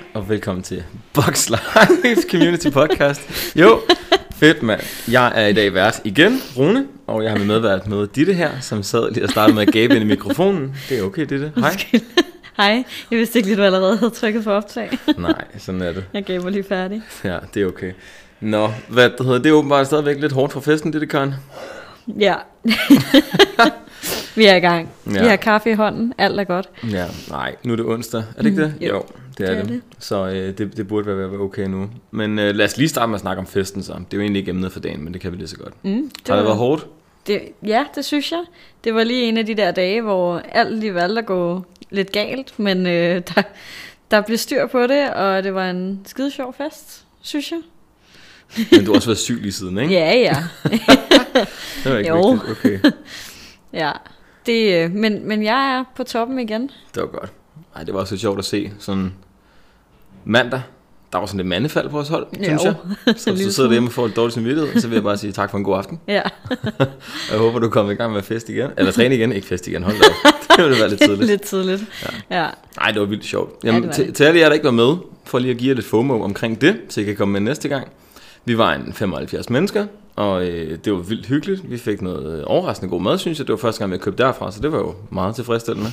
og velkommen til Box Live Community Podcast. Jo, fedt mand. Jeg er i dag vært igen, Rune, og jeg har med medvært med Ditte her, som sad lige og startede med at gabe ind i mikrofonen. Det er okay, Ditte. Hej. Hej. Jeg vidste ikke lige, du allerede havde trykket for optag. Nej, sådan er det. Jeg gaber lige færdig. Ja, det er okay. Nå, hvad det hedder, det er åbenbart stadigvæk lidt hårdt for festen, Ditte Karen. Ja. Vi er i gang. Ja. Vi har kaffe i hånden. Alt er godt. Ja, nej, nu er det onsdag. Er det ikke det? Jo, det er det. Så det burde være okay nu. Men lad os lige starte med at snakke om festen så. Det er jo egentlig ikke emnet for dagen, men det kan vi lige så godt. Har det været hårdt? Ja, det synes jeg. Det var lige en af de der dage, hvor alt lige valgte at gå lidt galt, men der blev styr på det, og det var en skide sjov fest, synes jeg. Men du har også været syg lige siden, ikke? Ja. Det var ikke jo. vigtigt, okay. Ja, men jeg er på toppen igen. Det var godt. Ej, det var også sjovt at se sådan mandag. Der var sådan lidt mandefald på vores hold, synes jeg. Så hvis du sidder derhjemme og får et dårligt samvittighed, så vil jeg bare sige tak for en god aften. Ja. Jeg håber, du kommer i gang med fest igen. Eller træne igen, ikke fest igen, hold da op. Det ville være lidt tidligt. Lidt tidligt, ja. Nej, det var vildt sjovt. Jamen, til alle jer, der ikke var med, for lige at give jer lidt FOMO omkring det, så I kan komme med næste gang. Vi var en 75 mennesker, og det var vildt hyggeligt. Vi fik noget overraskende god mad, synes jeg. Det var første gang, jeg købte derfra, så det var jo meget tilfredsstillende.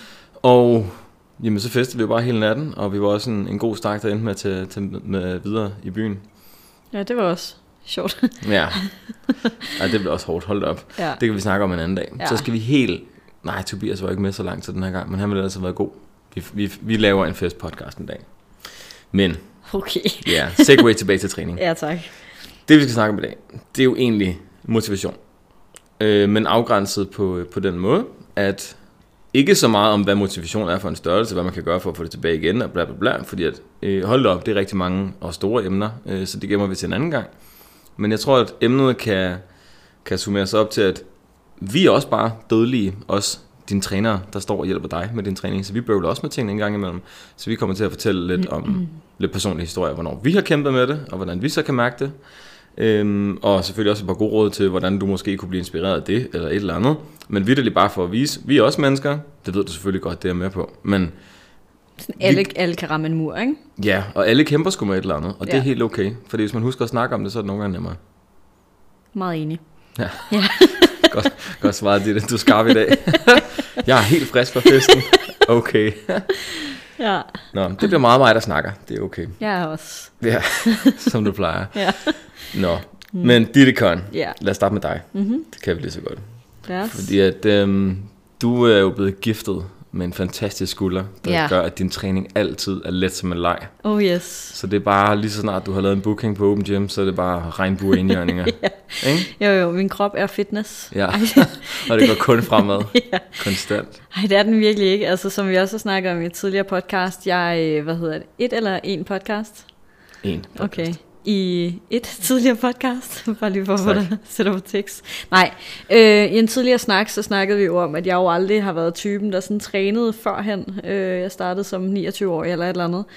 Og jamen, så festede vi jo bare hele natten, og vi var også en god start, der endte med at tage med videre i byen. Ja, det var også sjovt. Ja, ej, det blev også hårdt. Hold op. Ja. Det kan vi snakke om en anden dag. Ja. Så skal vi helt... Nej, Tobias var ikke med så langt til den her gang, men han ville altså være god. Vi laver en festpodcast en dag. Men... Okay. Ja, segway tilbage til træning. Ja, tak. Det vi skal snakke om i dag, det er jo egentlig motivation. Men afgrænset på den måde, at ikke så meget om, hvad motivation er for en størrelse, hvad man kan gøre for at få det tilbage igen, og bla bla bla, fordi at, hold op, det er rigtig mange og store emner, så det gemmer vi til en anden gang. Men jeg tror, at emnet kan summeres op til, at vi er også bare dødelige, også dine trænere, der står og hjælper dig med din træning, så vi bøvler også med tingene en gang imellem. Så vi kommer til at fortælle lidt om lidt personlige historier, hvornår vi har kæmpet med det, og hvordan vi så kan mærke det. Og selvfølgelig også et par gode råd til, hvordan du måske kunne blive inspireret af det, eller et eller andet. Men vitterligt bare for at vise, vi er også mennesker, det ved du selvfølgelig godt, det er med på. Men alle kan ramme en mur, ikke? Ja, og alle kæmper sgu med et eller andet, og det er helt okay. Fordi hvis man husker at snakke om det, så er det nogle gange nemmere. Meget enig. Ja. Godt svaret, det. Du er skarp i dag. Jeg er helt frisk fra festen. Okay. Ja. Nå, det bliver meget mig, der snakker. Det er okay. Jeg er også. Ja, som du plejer. Ja. Nå, men Ditte Karen, ja. Lad os starte med dig. Det kan vi lige så godt. Yes. Fordi at du er jo blevet giftet med en fantastisk skulder, der gør, at din træning altid er let som en leg. Oh yes. Så det er bare lige så snart du har lavet en booking på Open Gym, så er det bare regnbue-indjørninger. ja. Jo, min krop er fitness. Ja, og det går kun fremad. Ja. Konstant. Ej, det er den virkelig ikke. Altså, som vi også har snakket om i et tidligere podcast, et eller en podcast? En podcast. Okay. I et tidligere podcast, bare lige for at få det sætter på tekst. Nej, i en tidligere snak, så snakkede vi jo om, at jeg jo aldrig har været typen, der sådan trænede førhen. Jeg startede som 29-årig eller et eller andet.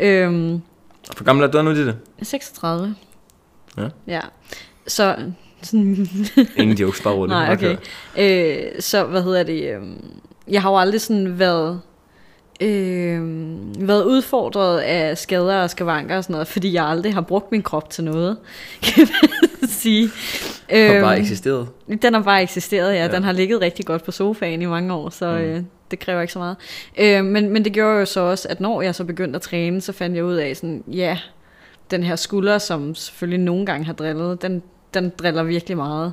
Hvor gammel er du nu, Ditte? 36. Ja. Så... Sådan ingen jokes, bare roligt. Nej, okay. Så, jeg har jo aldrig sådan været udfordret af skader og skavanker og sådan noget, fordi jeg aldrig har brugt min krop til noget, kan man sige. Den har bare eksisteret. Den har bare eksisteret, ja. Den har ligget rigtig godt på sofaen i mange år, så det kræver ikke så meget. Men det gjorde jo så også, at når jeg så begyndte at træne, så fandt jeg ud af sådan, den her skulder, som selvfølgelig nogle gange har drillet, den driller virkelig meget.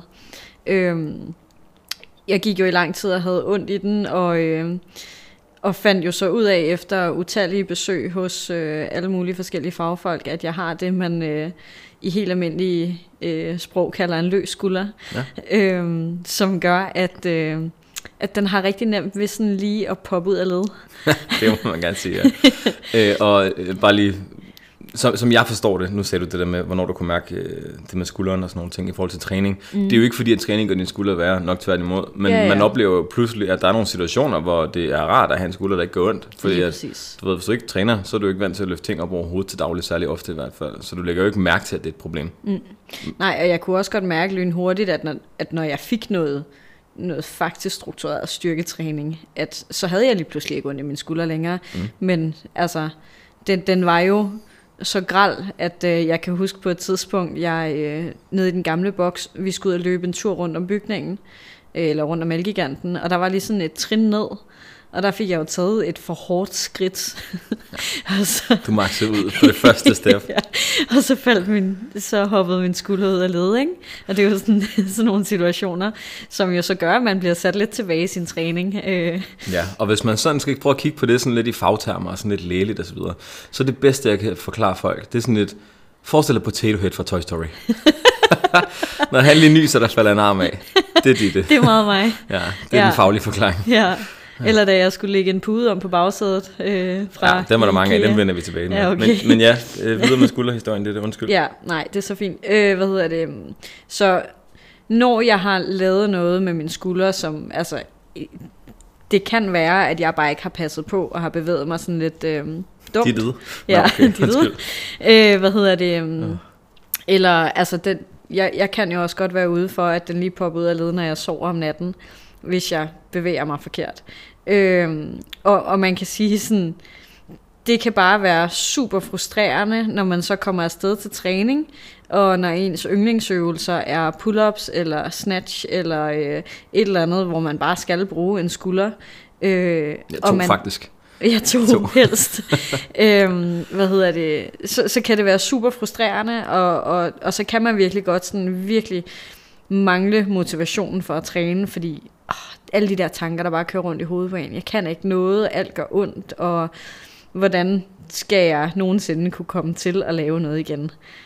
Jeg gik jo i lang tid og havde ondt i den, og fandt jo så ud af efter utallige besøg hos alle mulige forskellige fagfolk, at jeg har det, man i helt almindelige sprog kalder en løs skulder, som gør, at den har rigtig nemt ved sådan lige at poppe ud af led. Det må man gerne sige, ja. Og bare lige... Som jeg forstår det, nu sagde du det der med, hvornår du kunne mærke det med skulderen og sådan nogle ting i forhold til træning. Det er jo ikke fordi, at træning gør din skulder værre, nok tværtimod. Men man oplever jo pludselig, at der er nogle situationer, hvor det er rart at have en skulder, der ikke gør ondt. Fordi at, du ved, hvis du ikke træner, så er du ikke vant til at løfte ting op over hovedet til daglig, særlig ofte i hvert fald. Så du lægger jo ikke mærke til, at det er et problem. Nej, og jeg kunne også godt mærke lynhurtigt, at når jeg fik noget faktisk struktureret styrketræning, at så havde jeg lige pludselig ikke ondt i min skulder længere. Men altså... den var jo så græld, at jeg kan huske på et tidspunkt, jeg nede i den gamle boks, vi skulle ud og løbe en tur rundt om bygningen, eller rundt om Elgiganten, og der var lige sådan et trin ned, og der fik jeg jo taget et for hårdt skridt. Du maxede ud på det første step. Ja, og så hoppede min skulder ud af led, ikke? Og det er jo sådan nogle situationer, som jo så gør, at man bliver sat lidt tilbage i sin træning. Ja, og hvis man sådan skal prøve at kigge på det sådan lidt i fagtermer og sådan lidt lægeligt og så videre, så det bedste, jeg kan forklare folk, det er sådan lidt, forestil dig Potato Head fra Toy Story. Når han lige nyser, der falder en arm af. Det er det. Det er meget mig. Ja, det er den faglige forklaring. Ja. Eller da jeg skulle lægge en pude om på bagsædet fra ja, dem var der mange af, dem vender vi tilbage med. Ja, okay. men ja, videre med skulderhistorien, det er undskyld. Ja, nej, det er så fint. Så når jeg har lavet noget med mine skuldre, som, altså, det kan være, at jeg bare ikke har passet på, og har bevæget mig sådan lidt dumt. De ved. Ja, de ved. Eller, altså, jeg kan jo også godt være ude for, at den lige popper ud af led, når jeg sover om natten, hvis jeg bevæger mig forkert. Og man kan sige sådan, det kan bare være super frustrerende, når man så kommer afsted til træning, og når ens yndlingsøvelser er pull-ups, eller snatch, eller et eller andet, hvor man bare skal bruge en skulder. Faktisk. Ja, to helst. Så kan det være super frustrerende, og så kan man virkelig godt sådan virkelig mangle motivationen for at træne, fordi alle de der tanker, der bare kører rundt i hovedet på en. Jeg kan ikke noget, alt gør ondt, og hvordan skal jeg nogensinde kunne komme til at lave noget igen?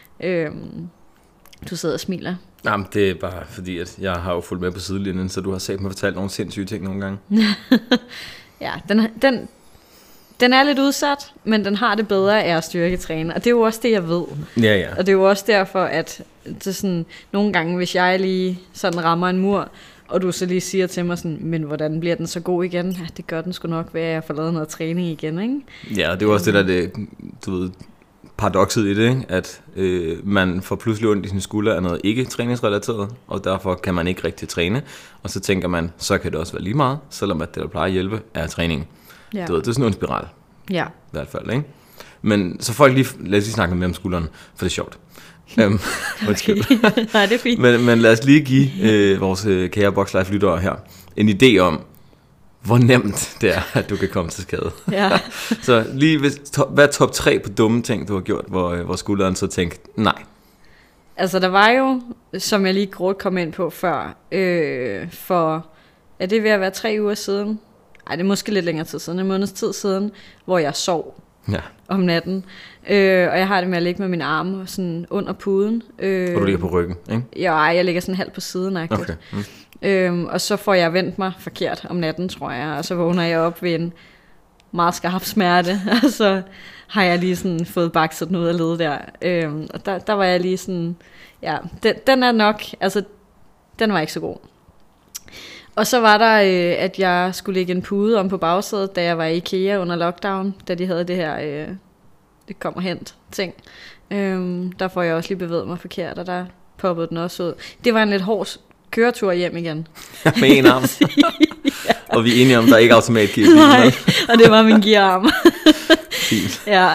Du sidder og smiler. Jamen, det er bare fordi, at jeg har jo fulgt med på sidelinjen, så du har sagt mig fortalt nogle sindssyge ting nogle gange. Ja, den er lidt udsat, men den har det bedre af at styrketræne, og det er jo også det, jeg ved. Ja. Og det er jo også derfor, at det sådan, nogle gange, hvis jeg lige sådan rammer en mur, og du så lige siger til mig sådan, men hvordan bliver den så god igen? Ja, det gør den sgu nok ved, at jeg får lavet noget træning igen, ikke? Ja, det er jo også det der, du ved, paradokset i det, ikke? At man får pludselig ondt i sin skulder af noget ikke træningsrelateret, og derfor kan man ikke rigtig træne, og så tænker man, så kan det også være lige meget, selvom at det, der plejer at hjælpe, er træning. Ja. Du ved, det er sådan en spiral. Ja. I hvert fald, ikke? Men så folk lige, lad os lige snakke mere om skulderen, for det er sjovt. Okay. Nej, det er fint. Men lad os lige give vores kære BoxLife-lyttere her en idé om, hvor nemt det er, at du kan komme til skade. Ja. Så lige, hvad er top 3 på dumme ting, du har gjort, hvor skulderen så tænkte, nej? Altså, der var jo, som jeg lige kort kom ind på før, for, er det ved at være 3 uger siden? Ej, det er måske lidt længere tid siden, en måneds tid siden, hvor jeg sov om natten. Og jeg har det med at ligge med min arme sådan under puden. Og du ligger på ryggen, ikke? Ja, jeg ligger sådan halvt på siden. Okay. Og så får jeg vendt mig forkert om natten, tror jeg. Og så vågner jeg op ved en meget skarp smerte. Og så har jeg lige sådan fået bakset den ud af ledet der. Og der var jeg lige sådan, ja, den er nok, altså den var ikke så god. Og så var der, at jeg skulle lægge en pude om på bagsædet, da jeg var i IKEA under lockdown, da de havde det her, det kommer hent ting. Der får jeg også lige bevæget mig forkert, og der poppede den også ud. Det var en lidt hård køretur hjem igen. Med en arm. Ja. Og vi er enige om, der er ikke automatgear. Nej, og det var min geararm. Fint. Ja,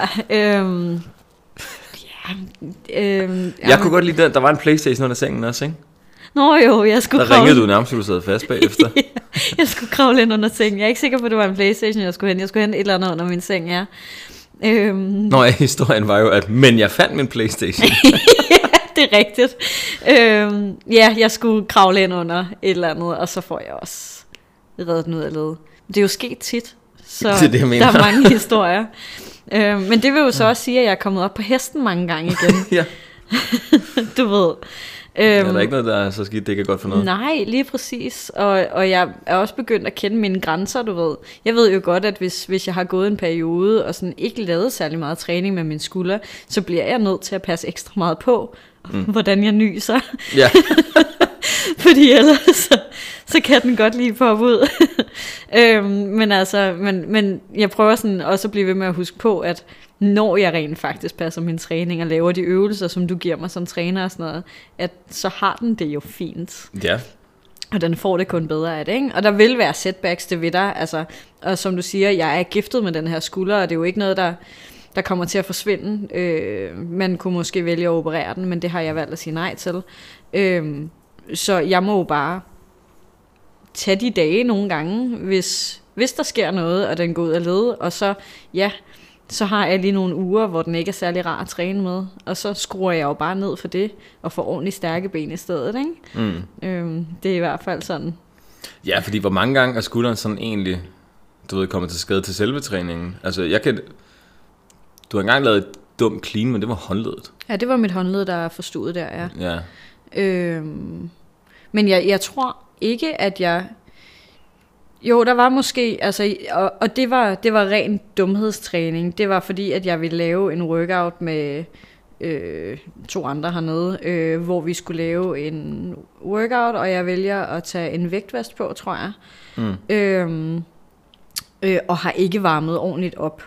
jeg kunne godt lide den. Der var en PlayStation under sengen også, ikke? Nå jo, jeg skulle der ringede du nærmest, du sad fast bagefter. Ja, jeg skulle kravle ind under sengen. Jeg er ikke sikker på, at det var en PlayStation, jeg skulle hente. Jeg skulle hente et eller andet under min seng, ja. Nå ja, historien var jo, at men jeg fandt min PlayStation. Ja, det er rigtigt. Ja, jeg skulle kravle ind under et eller andet, og så får jeg også reddet den ud af ledet. Det er jo sket tit, så det, der er mange historier. Men det vil jo så også sige, at jeg er kommet op på hesten mange gange igen. Ja. Du ved. Ja, der er ikke noget, der er så skidt, det kan godt for noget. Nej, lige præcis. Og jeg er også begyndt at kende mine grænser, du ved. Jeg ved jo godt, at hvis jeg har gået en periode, og sådan ikke lavet særlig meget træning med mine skuldre, så bliver jeg nødt til at passe ekstra meget på, hvordan jeg nyser. Ja. Fordi ellers så kan den godt lige poppe ud. Men jeg prøver sådan også at blive ved med at huske på, at når jeg rent faktisk passer min træning og laver de øvelser, som du giver mig som træner og sådan noget, at så har den det jo fint. Ja. Og den får det kun bedre af det, ikke? Og der vil være setbacks, det ved der. Altså, og som du siger, jeg er giftet med den her skulder, og det er jo ikke noget, der der kommer til at forsvinde. Man kunne måske vælge at operere den, men det har jeg valgt at sige nej til. Så jeg må jo bare tage de dage nogle gange, hvis der sker noget, og den går ud af led, og så har jeg lige nogle uger, hvor den ikke er særlig rar at træne med, og så skruer jeg jo bare ned for det, og får ordentligt stærke ben i stedet, ikke? Det er i hvert fald sådan. Ja, fordi hvor mange gange er skulderen sådan egentlig, kommet til skade til selve træningen? Altså, du har engang lavet et dumt clean, men det var håndledet. Ja, det var mit håndled, der forstod der, ja. Men jeg tror ikke, at jeg... Jo, der var måske, altså, og det var ren dumhedstræning. Det var fordi, at jeg ville lave en workout med 2 andre hernede, hvor vi skulle lave en workout, og jeg vælger at tage en vægtvest på, tror jeg. Og har ikke varmet ordentligt op.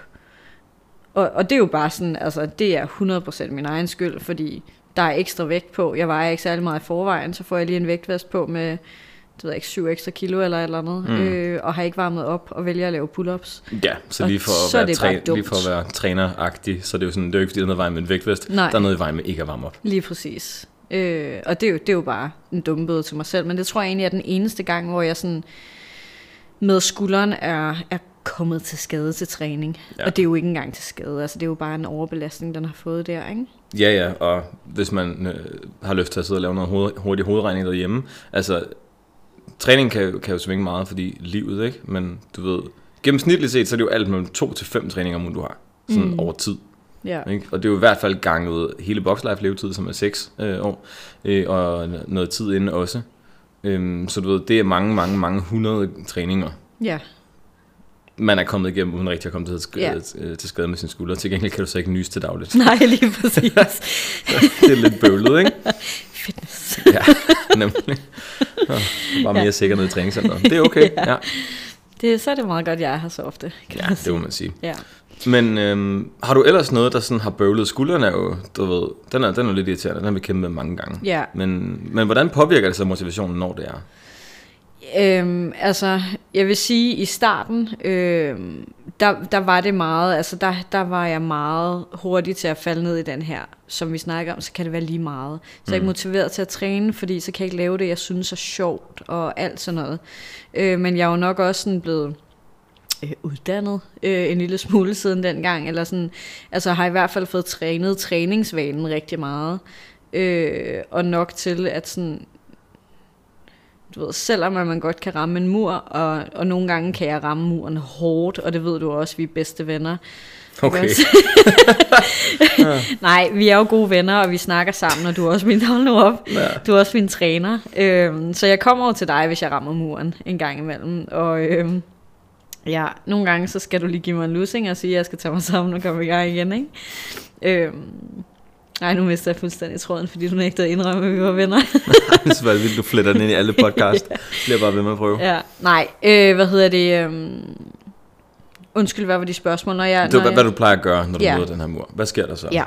Og det er jo bare sådan, altså, det er 100% min egen skyld, fordi der er ekstra vægt på. Jeg vejer ikke særlig meget i forvejen, så får jeg lige en vægtvest på med... 7 ekstra kilo eller et eller andet, og har ikke varmet op og vælger at lave pull-ups. Ja, så lige for at være træneragtig, så det er jo sådan, det er jo ikke fordi, der er noget i vejen med en vægtvest, der er noget i vejen med ikke at varme op. Lige præcis. Og det er jo bare en dummebøde til mig selv, men det tror jeg egentlig er den eneste gang, hvor jeg sådan med skulderen er kommet til skade til træning. Ja. Og det er jo ikke engang til skade, altså det er jo bare en overbelastning, den har fået der, ikke? Ja, og hvis man har lyst til at sidde og lave noget hurtig hovedregning derhjemme, altså træning kan jo svinge meget, fordi livet, ikke? Men du ved, gennemsnitligt set, så er det jo alt mellem 2 til 5 træninger om ugen, du har. Sådan over tid. Ja. Ikke? Og det er jo i hvert fald ganget hele Boxlife levetid, som er 6 år. Og noget tid inden også. Så du ved, det er mange 100 træninger. Ja. Man er kommet igennem, uden rigtig at komme til skade med sin skulder. Til gengæld kan du så ikke nyse til dagligt. Nej, lige præcis. Det er lidt bøvlet, ikke? Fitness. Ja, nemlig. Bare mere sikker ned i træningscenteret. Det er okay, ja. Så er det meget godt, jeg er her så ofte. Ja, det må man sige. Ja. Men har du ellers noget, der sådan har bøvlet? Skulderen er jo, du ved, den er lidt irriterende. Den har vi kæmpet med mange gange. Ja. Men hvordan påvirker det så motivationen, når det er? Altså, jeg vil sige, i starten, der var det meget, altså der var jeg meget hurtig til at falde ned i den her, som vi snakker om, så kan det være lige meget. Så jeg er ikke motiveret til at træne, fordi så kan jeg ikke lave det, jeg synes er sjovt, og alt sådan noget. Men jeg er jo nok også sådan blevet uddannet en lille smule siden dengang, eller sådan, altså har i hvert fald fået trænet træningsvanen rigtig meget, og nok til, at sådan, du ved, selvom man godt kan ramme en mur, og nogle gange kan jeg ramme muren hårdt, og det ved du også, vi er bedste venner. Okay. Nej, vi er jo gode venner, og vi snakker sammen, og du er også min, hold nu op, du er også min træner. Så jeg kommer over til dig, hvis jeg rammer muren en gang imellem, og ja, nogle gange så skal du lige give mig en lussing og sige, at jeg skal tage mig sammen og komme i gang igen, ikke? Nej, nu mister jeg fuldstændig tråden, fordi du nægter at indrømme, at vi var venner. Det er så vildt, du fletter den ind i alle podcast. Bliver bare ved med at prøve. Ja, nej, undskyld, hvad var de spørgsmål? Hvad du plejer at gøre, når du møder den her mur. Hvad sker der så? Ja,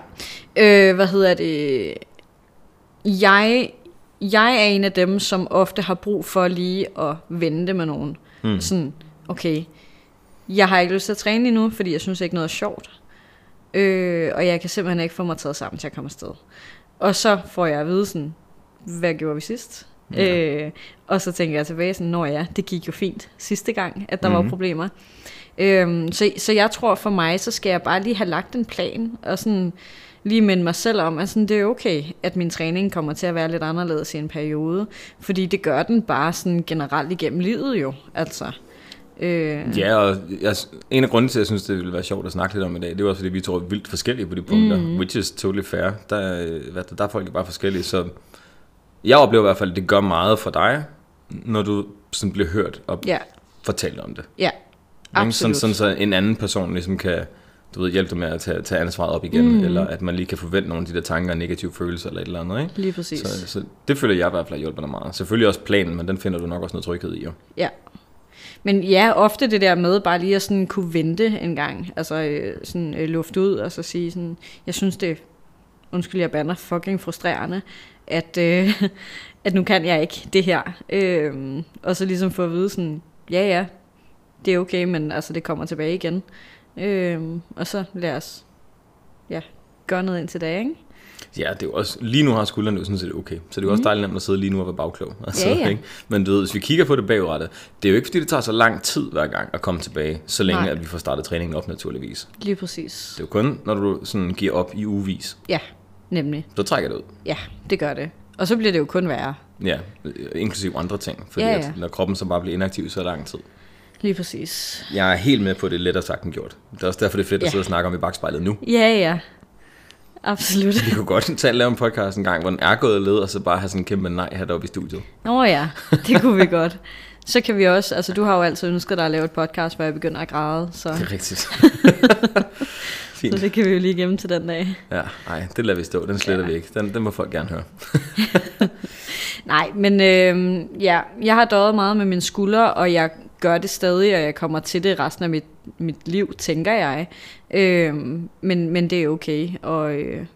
Jeg er en af dem, som ofte har brug for lige at vente med nogen. Sådan, okay, jeg har ikke lyst til at træne endnu, fordi jeg synes ikke noget er sjovt. Og jeg kan simpelthen ikke få mig taget sammen til at komme afsted. Og så får jeg at vide sådan, hvad gjorde vi sidst? Ja. Og så tænker jeg tilbage sådan, det gik jo fint sidste gang, at der var problemer. Så jeg tror for mig, så skal jeg bare lige have lagt en plan, og sådan lige minde mig selv om, at sådan, det er okay, at min træning kommer til at være lidt anderledes i en periode, fordi det gør den bare sådan generelt igennem livet jo, altså. Ja, og en af grunden til, at jeg synes, det ville være sjovt at snakke lidt om i dag, det er også, fordi vi tror vildt forskellige på de punkter, which is totally fair. Der er folk bare forskellige, så jeg oplever i hvert fald, at det gør meget for dig, når du sådan bliver hørt og fortalt om det. Ja, absolut. Sådan så en anden person ligesom kan, du ved, hjælpe dig med at tage ansvaret op igen, eller at man lige kan forvente nogle af de der tanker og negative følelser eller et eller andet, ikke? Lige præcis. Så det føler jeg i hvert fald hjælper dig meget. Selvfølgelig også planen, men den finder du nok også noget tryghed i, jo. Ja. Men ja, ofte det der med bare lige at sådan kunne vente en gang, altså sådan lufte ud og så sige sådan, jeg synes det, undskyld jeg bander, fucking frustrerende, at nu kan jeg ikke det her, og så ligesom få at vide sådan, ja, det er okay, men altså det kommer tilbage igen, og så lad os gøre noget indtil da, ikke? Ja, det er jo også, lige nu har skuldrene jo sådan set okay, så det er jo også dejligt nemt at sidde lige nu og være bagklog. Altså, Ja. ikke? Men du ved, hvis vi kigger på det bagrettet, det er jo ikke fordi det tager så lang tid hver gang at komme tilbage, så længe at vi får startet træningen op naturligvis. Lige præcis. Det er jo kun, når du sådan giver op i ugevis. Ja, nemlig. Så trækker det ud. Ja, det gør det. Og så bliver det jo kun værre. Ja, inklusiv andre ting, fordi at når kroppen så bare bliver inaktiv så lang tid. Lige præcis. Jeg er helt med på, at det er lettere sagt end gjort. Det er også derfor, det er fedt at sidde og snakke om i bagspejlet nu. Ja. Absolut. Vi kunne godt lave en podcast en gang, hvor den er gået led, og så bare have sådan en kæmpe nej her deroppe i studiet. Ja, det kunne vi godt. Så kan vi også, altså du har jo altid ønsket dig at lave et podcast, hvor jeg begynder at græde. Så. Det er rigtigt. Så det kan vi jo lige gemme til den dag. Ja, nej, det lader vi stå. Den sletter vi ikke. Den må folk gerne høre. Nej, men jeg har døjet meget med mine skuldre, og jeg gør det stadig, og jeg kommer til det resten af mit liv, tænker jeg. Men det er okay, og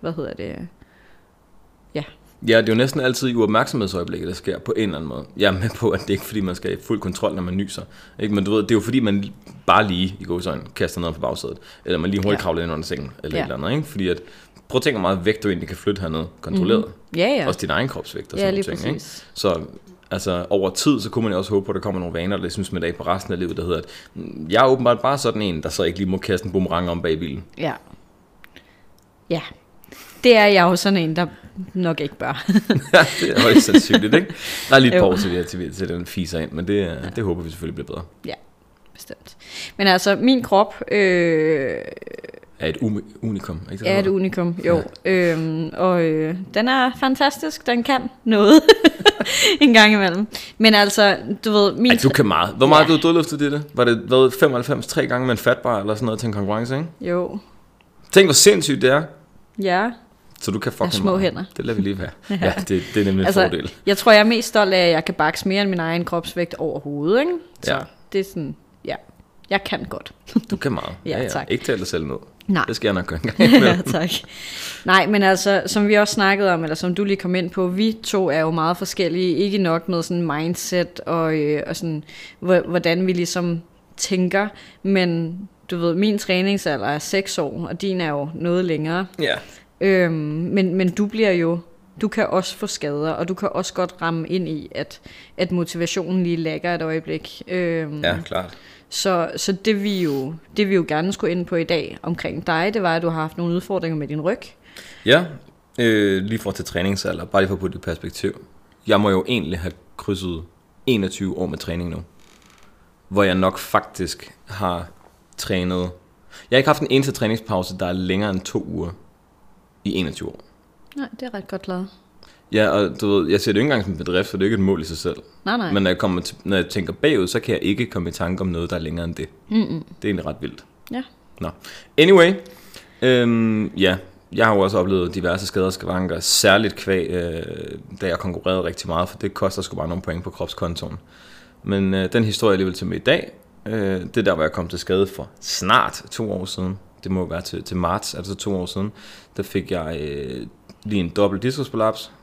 Ja, det er jo næsten altid i uopmærksomhedsøjeblikket, der sker på en eller anden måde. Jeg er med på, at det ikke er fordi, man skal have fuld kontrol, når man nyser. Ikke? Men du ved, det er jo fordi, man bare lige i gåseøjne kaster noget på bagsædet. Eller man lige hurtigt kravler ind under sengen, eller et eller andet. Ikke? Fordi at, prøv at tænke, hvor meget vægt du egentlig kan flytte hernede kontrolleret. Ja. Også din egen kropsvægt og Ja, sådan lige noget ting. Ikke? præcis. Så altså, over tid, så kunne man jo også håbe på, at der kommer nogle vaner, der synes med dag på resten af livet, der hedder, at jeg er åbenbart bare sådan en, der så ikke lige må kaste en boomerang om bag bilen. Ja. Det er jeg jo sådan en, der nok ikke bør. Ja, det er højst sandsynligt, ikke? Der er lige et par år til den fiser ind, men det håber vi selvfølgelig bliver bedre. Ja, bestemt. Men altså, min krop er et unikum, ikke? Er et unikum, jo. Ja. Den er fantastisk, den kan noget en gang imellem. Men altså, du ved... du kan meget. Hvor meget du dødløftet det? Var det 95 3 gange med en fatbar eller sådan noget til en konkurrence, ikke? Jo. Tænk, hvor sindssygt det er. Ja. Så du kan fucking små meget. hænder. Det lader vi lige være. Ja, det er nemlig en fordel. Jeg tror, jeg er mest stolt af, at jeg kan bakse mere end min egen kropsvægt overhovedet, ikke? Så det er sådan, jeg kan godt. Du kan meget. Ja, tak. Ikke tale dig selv ned. Nej. Det skal jeg nok gøre en gang. Ja, tak. Nej, men altså, som vi også snakkede om, eller som du lige kom ind på, vi to er jo meget forskellige. Ikke nok med sådan mindset og sådan, hvordan vi ligesom tænker. Men du ved, min træningsalder er 6 år, og din er jo noget længere. Ja. Men du kan også få skader, og du kan også godt ramme ind i, at motivationen lige lægger et øjeblik. Ja, klart. Så det vi jo gerne skulle ind på i dag omkring dig, det var, at du har haft nogle udfordringer med din ryg. Ja, lige for til træningsalder, bare lige for at putte det i perspektiv. Jeg må jo egentlig have krydset 21 år med træning nu, hvor jeg nok faktisk har trænet. Jeg har ikke haft en eneste træningspause, der er længere end 2 uger i 21 år. Nej, det er ret godt lavet. Ja, og du ved, jeg ser det ikke engang som en bedrift, for det er ikke et mål i sig selv. Nej. Men når jeg tænker bagud, så kan jeg ikke komme i tanke om noget, der er længere end det. Mm-mm. Det er egentlig ret vildt. Ja. Nå. Anyway, jeg har jo også oplevet diverse skader og skavanker, særligt kvæg, da jeg konkurrerede rigtig meget, for det koster sgu bare nogle point på kropskontoen. Men den historie alligevel til mig i dag, det er der, hvor jeg kom til skade for snart 2 år siden. Det må være til marts, altså 2 år siden. Der fik jeg lige en dobbelt diskusprolaps,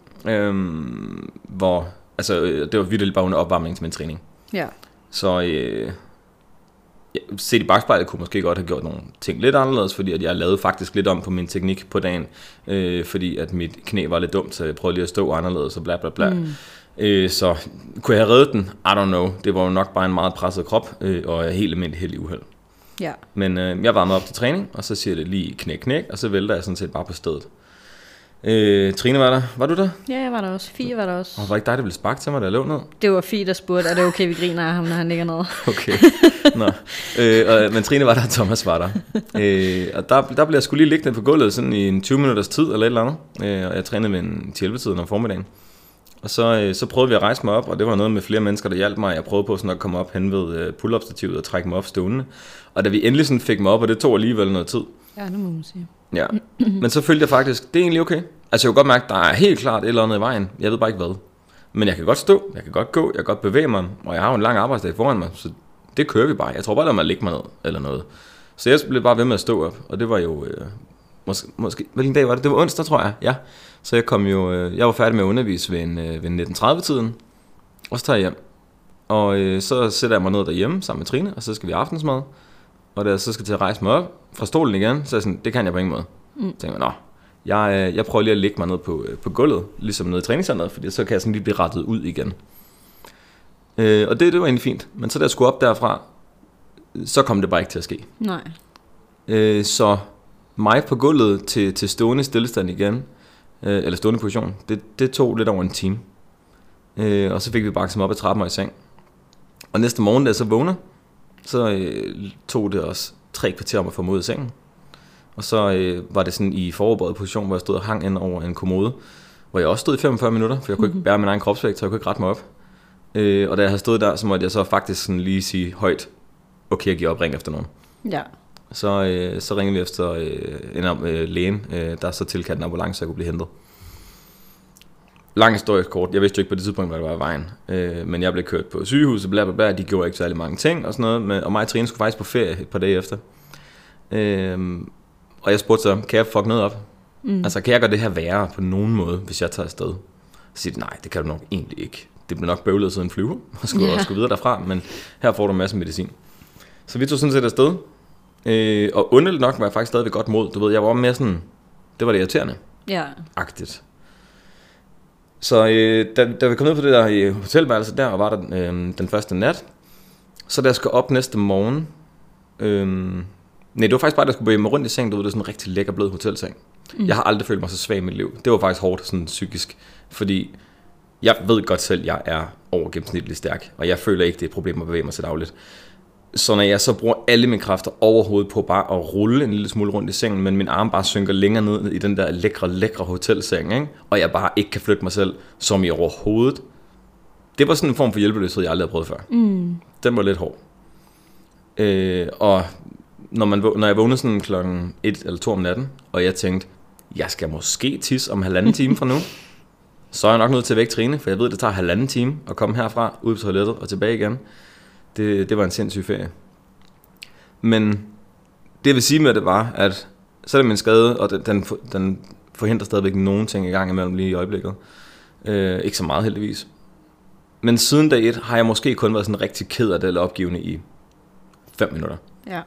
hvor, altså det var virkelig bare under opvarmning til min træning. Ja. Så set i bagspejlet kunne jeg måske godt have gjort nogle ting lidt anderledes, fordi at jeg lavede faktisk lidt om på min teknik på dagen, fordi at mit knæ var lidt dumt, så jeg prøvede lige at stå anderledes og bla bla bla. Så kunne jeg have reddet den? I don't know. Det var jo nok bare en meget presset krop, og helt almindelig heldig uheld. Ja. Men jeg varmede op til træning, og så siger det lige knæk, og så vælter jeg sådan set bare på stedet. Trine var der. Var du der? Ja, jeg var der også. Fie var der også. Og var ikke dig, der ville sparke til mig, da jeg lå ned? Det var Fie, der spurgte, er det okay, vi griner af ham, når han ligger ned? Okay. Nå. Men Trine var der, og Thomas var der. Og der blev jeg skulle lige liggende på gulvet sådan i en 20 minutters tid, eller et eller andet. Og jeg trænede med en 11-tiden om formiddagen. Og så prøvede vi at rejse mig op, og det var noget med flere mennesker, der hjalp mig. Jeg prøvede på sådan at komme op hen ved pull-up-stativet og trække mig op stående. Og da vi endelig sådan fik mig op, og det tog alligevel noget tid. Ja, det må man sige. Ja, men så følte jeg faktisk, det er egentlig okay. Altså jeg kunne godt mærke, der er helt klart et eller andet i vejen. Jeg ved bare ikke hvad. Men jeg kan godt stå, jeg kan godt gå, jeg kan godt bevæge mig, og jeg har jo en lang arbejdsdag foran mig, så det kører vi bare. Jeg tror bare, der må ligge mig ned eller noget. Så jeg blev bare ved med at stå op, og det var jo, måske hvilken dag var det? Det var onsdag, tror jeg, ja. Så jeg var færdig med at undervise ved 19:30-tiden, og så tager jeg hjem. Og så sætter jeg mig ned derhjemme sammen med Trine, og så skal vi aftensmad. Og da jeg så skal til at rejse mig op fra stolen igen, så er jeg sådan, det kan jeg på ingen måde. Så tænkte jeg, jeg prøver lige at lægge mig ned på gulvet, ligesom nede i træningscenteret, fordi så kan jeg sådan lige blive rettet ud igen. Og det var egentlig fint. Men så da jeg skulle op derfra, så kom det bare ikke til at ske. Nej. Så mig på gulvet til stående stillestand igen, eller stående position, det tog lidt over en time. Og så fik vi bakset mig op ad trappen og i seng. Og næste morgen, da jeg så vågner, så tog det også 3 kvarter om at få mig ud af sengen. Og så var det sådan i forberedt position, hvor jeg stod og hang ind over en kommode, hvor jeg også stod i 45 minutter, for jeg kunne ikke bære min egen kropsvægt, så jeg kunne ikke rette mig op. Og da jeg havde stået der, så måtte jeg så faktisk sådan lige sige højt, okay, jeg giver op, ring efter nogen. Ja. Så ringede vi efter lægen, der så tilkaldte en ambulance, så jeg kunne blive hentet. Lang historie kort. Jeg vidste jo ikke på det tidspunkt, hvad der var i vejen. Men jeg blev kørt på sygehuset, blablabla. De gjorde ikke særlig mange ting og sådan noget. Og mig og Trine skulle faktisk på ferie et par dage efter. Og jeg spurgte så, kan jeg fuck noget op? Altså, kan jeg gøre det her værre på nogen måde, hvis jeg tager afsted? Så siger de, nej, det kan du nok egentlig ikke. Det bliver nok bøvlet siden flyver, og skulle også gå videre derfra. Men her får du en masse medicin. Så vi tog sådan set afsted. Og underligt nok var jeg faktisk stadig ved godt mod. Du ved, jeg var mere sådan, det var det irriterende. Ja. Agtigt. Så da vi kom ned på det der hotelværelse der, og var der den første nat, så da jeg skulle op næste morgen, det var faktisk bare, at jeg skulle bevæge mig rundt i seng, du ved, det er sådan en rigtig lækker blød hotelseng. Jeg har aldrig følt mig så svag i mit liv. Det var faktisk hårdt, sådan psykisk, fordi jeg ved godt selv, at jeg er overgennemsnitligt stærk, og jeg føler ikke, det er et problem at bevæge mig til dagligt. Så når jeg så bruger alle mine kræfter overhovedet på bare at rulle en lille smule rundt i sengen, men min arm bare synker længere ned i den der lækre hotelseng, ikke? Og jeg bare ikke kan flytte mig selv, som i overhovedet. Det var sådan en form for hjælpeløshed, jeg aldrig havde prøvet før. Den var lidt hård. Og når jeg vågnede sådan klokken 1 eller 2 om natten, og jeg tænkte, jeg skal måske tisse om 1,5 time fra nu, så er jeg nok nødt til at vække Trine, for jeg ved, det tager 1,5 time at komme herfra, ud på toilettet og tilbage igen. Det var en sindssyg ferie. Men det jeg vil sige med det var, at så er det min skade, og den forhindrer stadigvæk nogen ting i gang imellem lige i øjeblikket. Ikke så meget heldigvis. Men siden dag 1 har jeg måske kun været sådan rigtig ked af det eller opgivende i 5 minutter. Ja.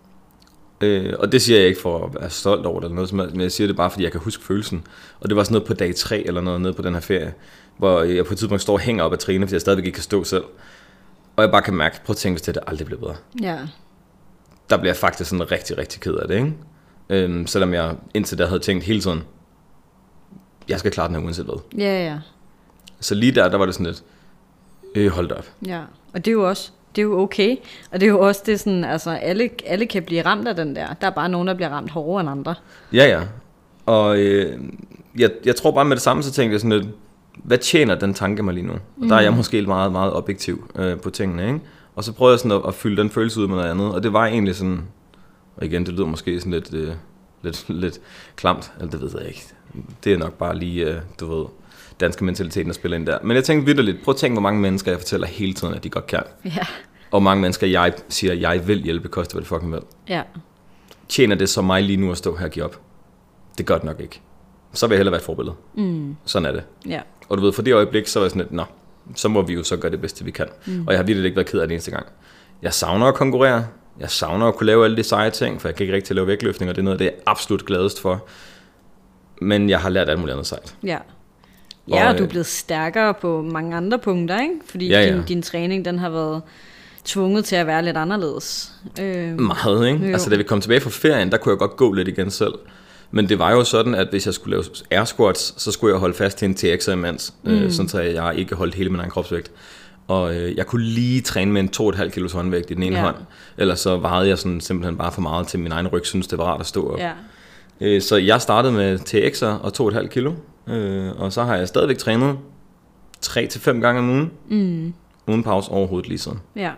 Og det siger jeg ikke for at være stolt over det eller noget som helst, men jeg siger det bare fordi jeg kan huske følelsen. Og det var sådan noget på dag 3 eller noget nede på den her ferie, hvor jeg på et tidspunkt står og hænger op ad Trine, fordi jeg stadigvæk ikke kan stå selv. Og jeg bare kan mærke, prøv at tænke, hvis det aldrig bliver bedre. Ja. Der bliver jeg faktisk sådan rigtig, rigtig ked af det, ikke? Selvom jeg indtil da havde tænkt hele tiden, jeg skal klare den her uanset hvad. Ja. Så lige der var det sådan lidt, hold da op. Ja, og det er jo okay. Og det er jo også det sådan, altså alle kan blive ramt af den der. Der er bare nogen, der bliver ramt hårdere end andre. Ja. Og jeg tror bare med det samme, så tænkte jeg sådan lidt, hvad tjener den tanke mig lige nu? Og der er jeg måske meget, meget objektiv på tingene, ikke? Og så prøvede jeg sådan at fylde den følelse ud med noget andet, og det var egentlig sådan, og igen, det lyder måske sådan lidt klamt, eller det ved jeg ikke. Det er nok bare lige, du ved, danske mentaliteten, der spiller ind der. Men jeg tænkte vitterligt, prøv at tænke, hvor mange mennesker jeg fortæller hele tiden, at de godt kan. Ja. Og hvor mange mennesker jeg siger, at jeg vil hjælpe, koste hvad det fucking vil. Ja. Tjener det så mig lige nu at stå her og give op? Det gør det nok ikke. Så vil jeg hellere være et forbillede. Sådan er det. Ja. Og du ved, for det øjeblik, så var jeg sådan lidt, så må vi jo så gøre det bedste, vi kan. Og jeg har virkelig ikke været ked af det eneste gang. Jeg savner at konkurrere. Jeg savner at kunne lave alle de seje ting, for jeg kan ikke rigtig lave vægtløftning, og det er noget, det er absolut gladest for. Men jeg har lært alt muligt andet sejt. Ja. Ja, og du er blevet stærkere på mange andre punkter, ikke? Fordi din træning, den har været tvunget til at være lidt anderledes. Meget, ikke? Jo. Altså, da vi kom tilbage fra ferien, der kunne jeg godt gå lidt igen selv. Men det var jo sådan, at hvis jeg skulle lave air squats, så skulle jeg holde fast til en TX'er imens, sådan så jeg ikke holdt hele min egen kropsvægt. Og jeg kunne lige træne med en 2,5 kilos håndvægt i den ene hånd, ellers så vejede jeg sådan simpelthen bare for meget til min egen ryg, synes det var rart at stå op. Ja. Så jeg startede med TX'er og 2,5 kilo, og så har jeg stadigvæk trænet 3-5 gange om ugen, uden pause overhovedet lige sådan. Ja.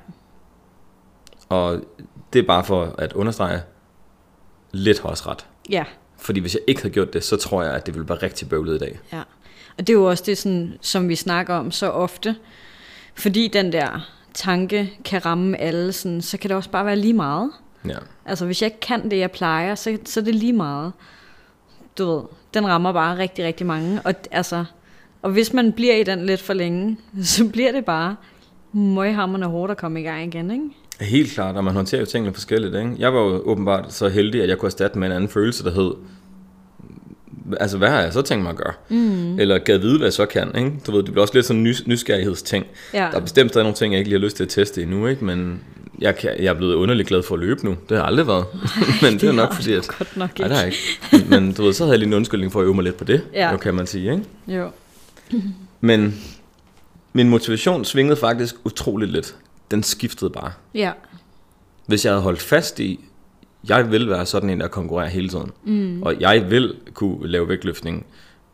Og det er bare for at understrege, lidt har også ret. Ja. Fordi hvis jeg ikke havde gjort det, så tror jeg, at det ville være rigtig bøvlet i dag. Ja, og det er jo også det, sådan, som vi snakker om så ofte. Fordi den der tanke kan ramme alle, sådan, så kan det også bare være lige meget. Ja. Altså hvis jeg ikke kan det, jeg plejer, så er det lige meget. Du ved, den rammer bare rigtig, rigtig mange. Og hvis man bliver i den lidt for længe, så bliver det bare møghamrende hårdt at komme i gang igen, ikke? Helt klart, og man håndterer jo tingene forskelligt, ikke? Jeg var jo åbenbart så heldig, at jeg kunne erstatte med en anden følelse, der hed, altså hvad har jeg så tænkt mig at gøre? Eller gad vide, hvad jeg så kan, ikke? Du ved, det bliver også lidt sådan en nysgerrighedsting. Ja. Der er bestemt stadig nogle ting, jeg ikke lige har lyst til at teste endnu, ikke? Men jeg er blevet underligt glad for at løbe nu. Det har jeg aldrig været. Men det er nok fordi, at... Godt nok ikke. Nej, det har jeg ikke. Men du ved, så havde jeg lige en undskyldning for at øve mig lidt på det, jo, kan man sige, ikke? Jo. Men min motivation svingede faktisk utroligt lidt. Den skiftede bare. Ja. Hvis jeg havde holdt fast i, jeg vil være sådan en, der konkurrerer hele tiden, og jeg vil kunne lave vægtløftning,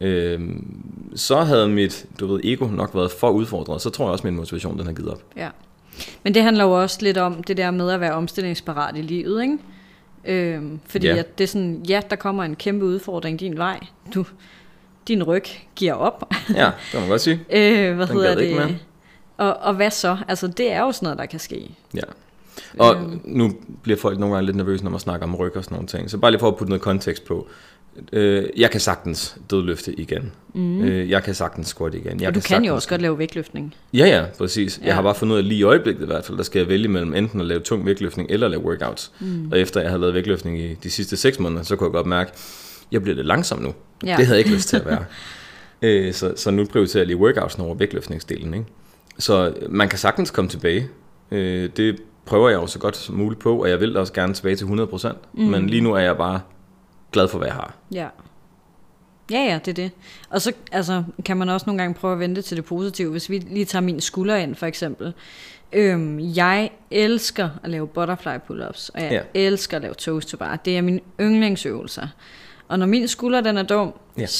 så havde mit, ego nok været for udfordret, så tror jeg også, min motivation, den har givet op. Ja. Men det handler jo også lidt om det der med at være omstillingsparat i livet, ikke? Fordi at det er sådan, der kommer en kæmpe udfordring din vej. Din ryg giver op. Ja, det kan man godt sige. Hvad hedder det? Og hvad så? Altså, det er jo sådan noget, der kan ske. Ja. Og nu bliver folk nogle gange lidt nervøse, når man snakker om ryg og sådan nogle ting. Så bare lige for at putte noget kontekst på. Jeg kan sagtens dødløfte igen. Jeg kan sagtens squat igen. Og du kan jo også godt lave vægtløftning. Ja, præcis. Jeg har bare fundet ud af, lige i øjeblikket i hvert fald, der skal jeg vælge mellem enten at lave tung vægtløftning eller at lave workouts. Og efter jeg har lavet vægtløftning i de sidste 6 måneder, så kunne jeg godt mærke, jeg bliver lidt langsom nu. Ja. Det havde jeg ikke lyst til at være. Så nu prioriterer jeg lige workouts over vægtløftningsdelen, ikke? Så man kan sagtens komme tilbage. Det prøver jeg jo så godt som muligt på, og jeg vil også gerne tilbage til 100%. Men lige nu er jeg bare glad for, hvad jeg har. Ja, det er det. Og så kan man også nogle gange prøve at vente til det positive. Hvis vi lige tager min skulder ind, for eksempel. Jeg elsker at lave butterfly pull-ups, og jeg elsker at lave toes to bar. Det er mine yndlingsøvelser. Og når min skulder den er dum,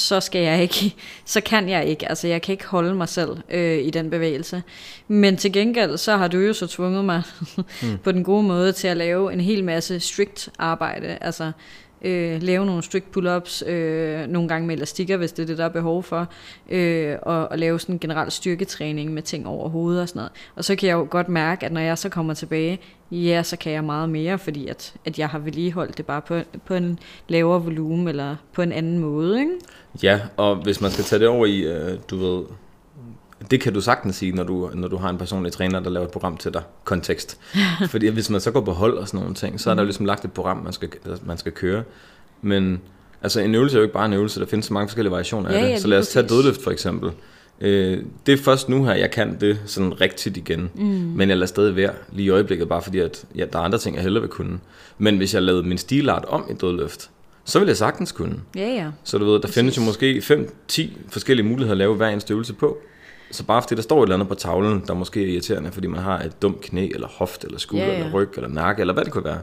så kan jeg ikke. Altså jeg kan ikke holde mig selv i den bevægelse. Men til gengæld, så har du jo så tvunget mig på den gode måde til at lave en hel masse strict arbejde. Altså lave nogle strict pull-ups, nogle gange med elastikker, hvis det er det, der er behov for, og lave sådan en generel styrketræning med ting over hovedet og sådan noget. Og så kan jeg jo godt mærke, at når jeg så kommer tilbage, så kan jeg meget mere, fordi at jeg har vedligeholdt det bare på en lavere volumen, eller på en anden måde, ikke? Ja, og hvis man skal tage det over i, det kan du sagtens sige, når du har en personlig træner, der laver et program til dig, kontekst. Fordi hvis man så går på hold og sådan nogle ting, så er der ligesom lagt et program, man skal køre. Men altså en øvelse er jo ikke bare en øvelse, der findes så mange forskellige variationer af det. Så lad os tage dødløft for eksempel. Det er først nu her, jeg kan det sådan rigtigt igen. Men jeg lader stadig være lige i øjeblikket, bare fordi at, der er andre ting, jeg hellere vil kunne. Men hvis jeg lavede min stilart om i dødløft, så vil jeg sagtens kunne. Så du ved, der findes jo måske 5-10 forskellige muligheder at lave hver eneste øvelse på. Så bare fordi der står et eller andet på tavlen, der måske er irriterende, fordi man har et dumt knæ, eller hoft, eller skulder, eller ryg, eller nakke, eller hvad det kunne være.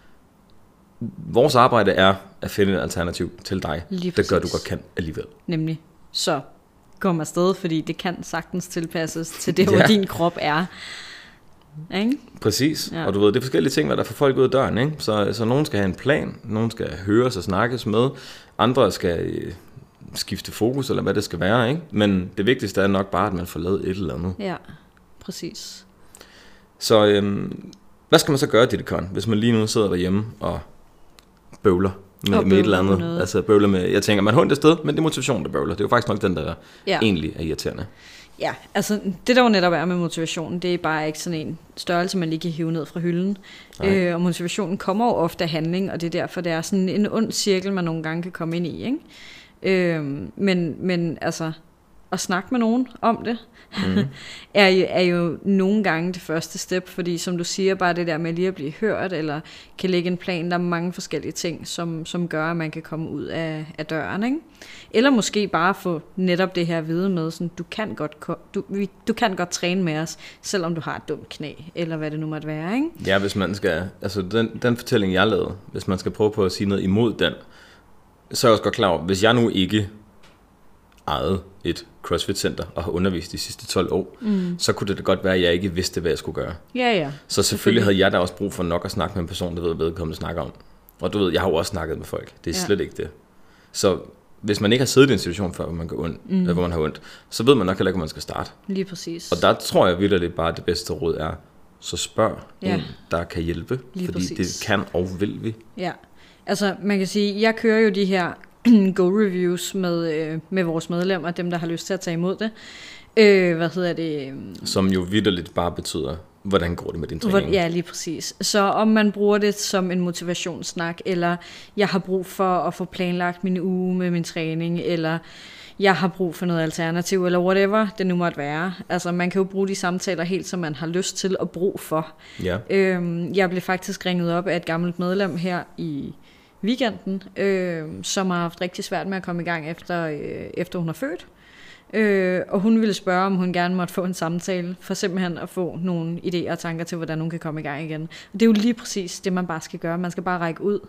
Vores arbejde er at finde et alternativ til dig, der gør, du godt kan alligevel. Nemlig. Så kom afsted, fordi det kan sagtens tilpasses til det, hvor din krop er. Ikke? Præcis. Og du ved, det er forskellige ting, hvad der får folk ud af døren. Ikke? Så nogen skal have en plan, nogen skal høres og snakkes med, andre skal skifte fokus, eller hvad det skal være, ikke? Men det vigtigste er nok bare, at man får lavet et eller andet. Ja, præcis. Så hvad skal man så gøre, Didikon, hvis man lige nu sidder derhjemme og bøvler med et eller andet? Noget. Altså bøvler med, jeg tænker, man har ondt et sted, men det er motivation, der bøvler. Det er jo faktisk nok den, der egentlig er irriterende. Ja, altså det der jo netop er med motivationen, det er bare ikke sådan en størrelse, man lige kan hive ned fra hylden. Og motivationen kommer jo ofte af handling, og det er derfor, det er sådan en ond cirkel, man nogle gange kan komme ind i, ikke? Men altså at snakke med nogen om det er jo nogle gange det første step, fordi som du siger, bare det der med lige at blive hørt, eller kan lægge en plan, der er mange forskellige ting, som gør, at man kan komme ud af døren, ikke? Eller måske bare få netop det her at vide med, sådan, du kan godt træne med os, selvom du har et dumt knæ, eller hvad det nu måtte være, ikke? Ja, hvis man skal, altså den fortælling jeg lavede, hvis man skal prøve på at sige noget imod den, så er jeg også godt klar over, hvis jeg nu ikke ejede et CrossFit-center og har undervist de sidste 12 år, så kunne det da godt være, at jeg ikke vidste, hvad jeg skulle gøre. Ja. Så selvfølgelig havde jeg da også brug for nok at snakke med en person, der ved, hvad vedkommende snakker om. Og du ved, jeg har jo også snakket med folk. Det er slet ikke det. Så hvis man ikke har siddet i en situation før, hvor man har ondt, så ved man nok heller ikke, hvor man skal starte. Lige præcis. Og der tror jeg virkelig bare, at det bedste råd er, så spørg en, der kan hjælpe. Lige fordi præcis. Det kan og vil vi. Ja. Altså, man kan sige, jeg kører jo de her go-reviews med vores medlemmer, dem der har lyst til at tage imod det. Som jo vitterligt bare betyder, hvordan går det med din træning? Ja, lige præcis. Så om man bruger det som en motivationssnak, eller jeg har brug for at få planlagt min uge med min træning, eller jeg har brug for noget alternativ, eller whatever det nu måtte være. Altså man kan jo bruge de samtaler helt, som man har lyst til at bruge for. Ja. Jeg blev faktisk ringet op af et gammelt medlem her i weekenden, som har haft rigtig svært med at komme i gang efter hun er født. Og hun ville spørge, om hun gerne måtte få en samtale, for simpelthen at få nogle idéer og tanker til, hvordan hun kan komme i gang igen. Og det er jo lige præcis det, man bare skal gøre. Man skal bare række ud.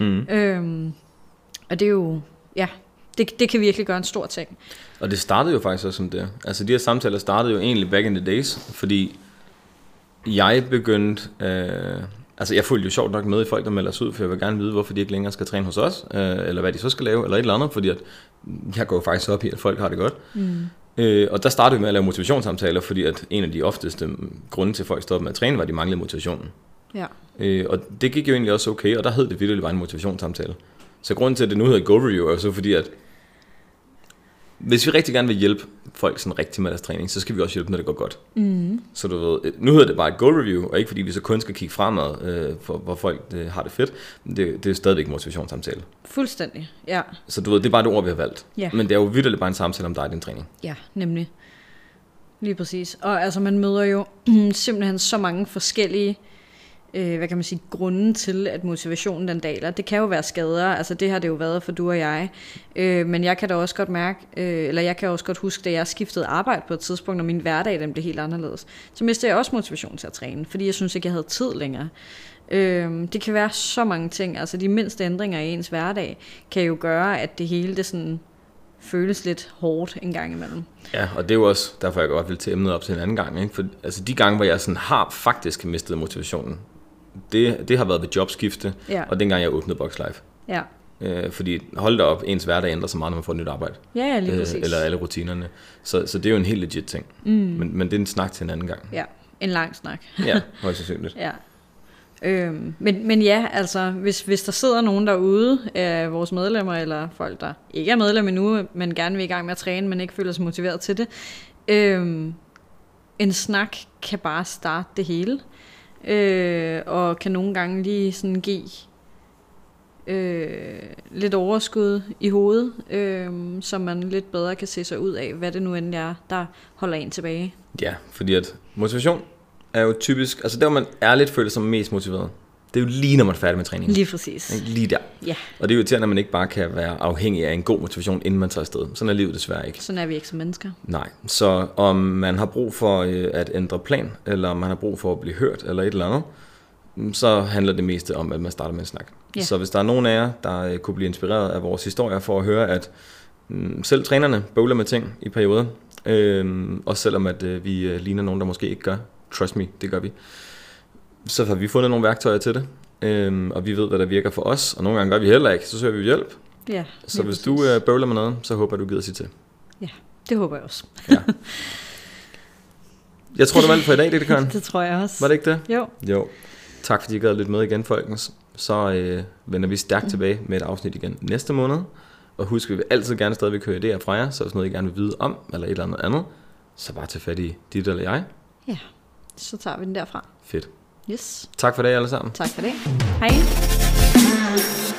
Og det er jo, ja, det kan virkelig gøre en stor ting. Og det startede jo faktisk også som det. Altså de her samtaler startede jo egentlig back in the days, fordi jeg begyndte... Altså jeg fulgte jo sjovt nok med i folk, der melder sig ud, for jeg vil gerne vide, hvorfor de ikke længere skal træne hos os, eller hvad de så skal lave, eller et eller andet, fordi at jeg går faktisk op i, at folk har det godt. Og der startede vi med at lave motivationssamtaler, fordi at en af de ofteste grunde til, at folk stoppede med at træne, var, at de manglede motivationen. Ja. Og det gik jo egentlig også okay, og der hed det virkelig bare en motivationssamtale. Så grunden til, at det nu hedder Go Review, er jo så fordi, at hvis vi rigtig gerne vil hjælpe folk sådan rigtig med deres træning, så skal vi også hjælpe, når det går godt. Så du ved, nu hedder det bare et Go-review, og ikke fordi vi så kun skal kigge fremad, for hvor folk har det fedt. Det er stadigvæk en motivationssamtale. Fuldstændig, ja. Så du ved, det er bare det ord, vi har valgt. Ja. Men det er jo vitterligt bare en samtale om dig og din træning. Ja, nemlig. Lige præcis. Og altså, man møder jo simpelthen så mange forskellige hvad kan man sige, grunden til, at motivationen den daler. Det kan jo være skader, altså det har det jo været for du og jeg, men jeg kan da også godt mærke, eller jeg kan også godt huske, da jeg skiftede arbejde på et tidspunkt, og min hverdag den blev helt anderledes, så mistede jeg også motivation til at træne, fordi jeg synes ikke, jeg havde tid længere. Det kan være så mange ting, altså de mindste ændringer i ens hverdag, kan jo gøre, at det hele det sådan føles lidt hårdt en gang imellem. Ja, og det er jo også derfor, jeg godt vil tage emnet op til en anden gang, ikke? For altså de gange, hvor jeg sådan har faktisk mistet motivationen, det har været ved jobskifte, og dengang jeg åbnede Box Life. Ja. Fordi hold da op, ens hverdag ændrer sig meget, når man får et nyt arbejde. Ja, lige præcis. Eller alle rutinerne. Så det er jo en helt legit ting. Men det er en snak til en anden gang. Ja, en lang snak. Ja, højst sandsynligt. Ja. Men ja, altså hvis der sidder nogen derude af vores medlemmer, eller folk, der ikke er medlem endnu, men gerne vil i gang med at træne, men ikke føler sig motiveret til det, en snak kan bare starte det hele. Og kan nogle gange lige sådan give lidt overskud i hovedet, så man lidt bedre kan se sig ud af, hvad det nu end er, der holder en tilbage. Ja, fordi at motivation er jo typisk, altså der hvor man ærligt føler sig mest motiveret, det er jo lige når man er færdig med træningen. Lige præcis. Lige der. Ja. Og det er jo irriterende, at man ikke bare kan være afhængig af en god motivation, inden man tager afsted. Sådan er livet desværre ikke. Sådan er vi ikke som mennesker. Nej, så om man har brug for at ændre plan, eller om man har brug for at blive hørt, eller et eller andet, så handler det meste om, at man starter med en snak. Ja. Så hvis der er nogen af jer, der kunne blive inspireret af vores historier for at høre, at selv trænerne bøvler med ting i perioder, også selvom at vi ligner nogen, der måske ikke gør, trust me, det gør vi, så har vi fundet nogle værktøjer til det, og vi ved, hvad der virker for os, og nogle gange gør vi heller ikke, så søger vi hjælp. Ja, så hvis du bøvler med noget, så håber jeg, du gider sige til. Ja, det håber jeg også. Ja. Jeg tror, det var alt for i dag, det Karen. Det tror jeg også. Var det ikke det? Jo. Tak fordi I gad lidt med igen, folkens. Så vender vi stærkt tilbage med et afsnit igen næste måned. Og husk, vi vil altid gerne stadigvæk høre idéer fra jer, så hvis noget I gerne vil vide om, eller et eller andet, så bare tage fat i dit eller jeg. Ja, så tager vi den derfra. Fedt. Yes. Tak for det alle sammen. Tak for det. Hej.